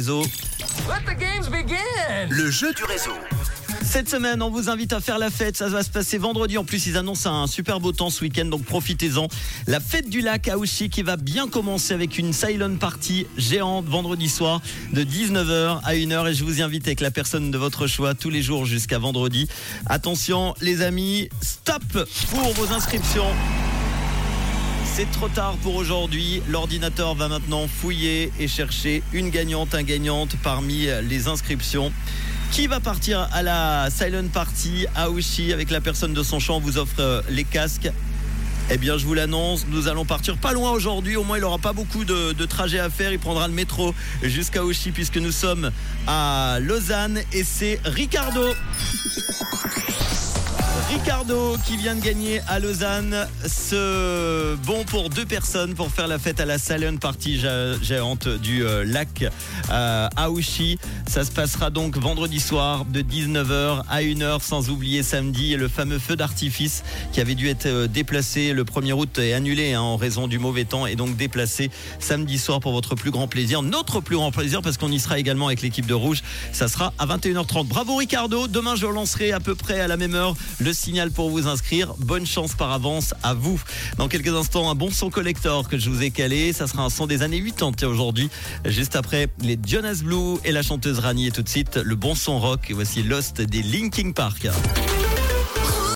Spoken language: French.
réseau. Let the games begin. Le jeu du réseau. Cette semaine, on vous invite à faire la fête. Ça va se passer vendredi. En plus, ils annoncent un super beau temps ce week-end, donc profitez-en. La fête du lac à Ouchy qui va bien commencer avec une silent party géante vendredi soir de 19h à 1h. Et je vous invite avec la personne de votre choix tous les jours jusqu'à vendredi. Attention, les amis, stop pour vos inscriptions. C'est trop tard pour aujourd'hui. L'ordinateur va maintenant fouiller et chercher une gagnante, un gagnante parmi les inscriptions. Qui va partir à la silent party à Ouchy avec la personne de son choix? On vous offre les casques. Eh bien, je vous l'annonce, nous allons partir pas loin aujourd'hui. Au moins, il n'aura pas beaucoup de trajet à faire. Il prendra le métro jusqu'à Ouchy puisque nous sommes à Lausanne. Et c'est Ricardo qui vient de gagner à Lausanne ce bon pour 2 personnes pour faire la fête à la silent party géante du lac à Ouchy. Ça se passera donc vendredi soir de 19h à 1h, sans oublier samedi le fameux feu d'artifice qui avait dû être déplacé le 1er août et annulé en raison du mauvais temps, et donc déplacé samedi soir pour votre plus grand plaisir, notre plus grand plaisir, parce qu'on y sera également avec l'équipe de Rouge. Ça sera à 21h30. Bravo Ricardo, demain je lancerai à peu près à la même heure le signal pour vous inscrire. Bonne chance par avance à vous. Dans quelques instants, un bon son collector que je vous ai calé. Ça sera un son des années 80 aujourd'hui. Juste après les Jonas Blue et la chanteuse Rani. Et tout de suite, le bon son rock. Et voici Lost des Linkin Park.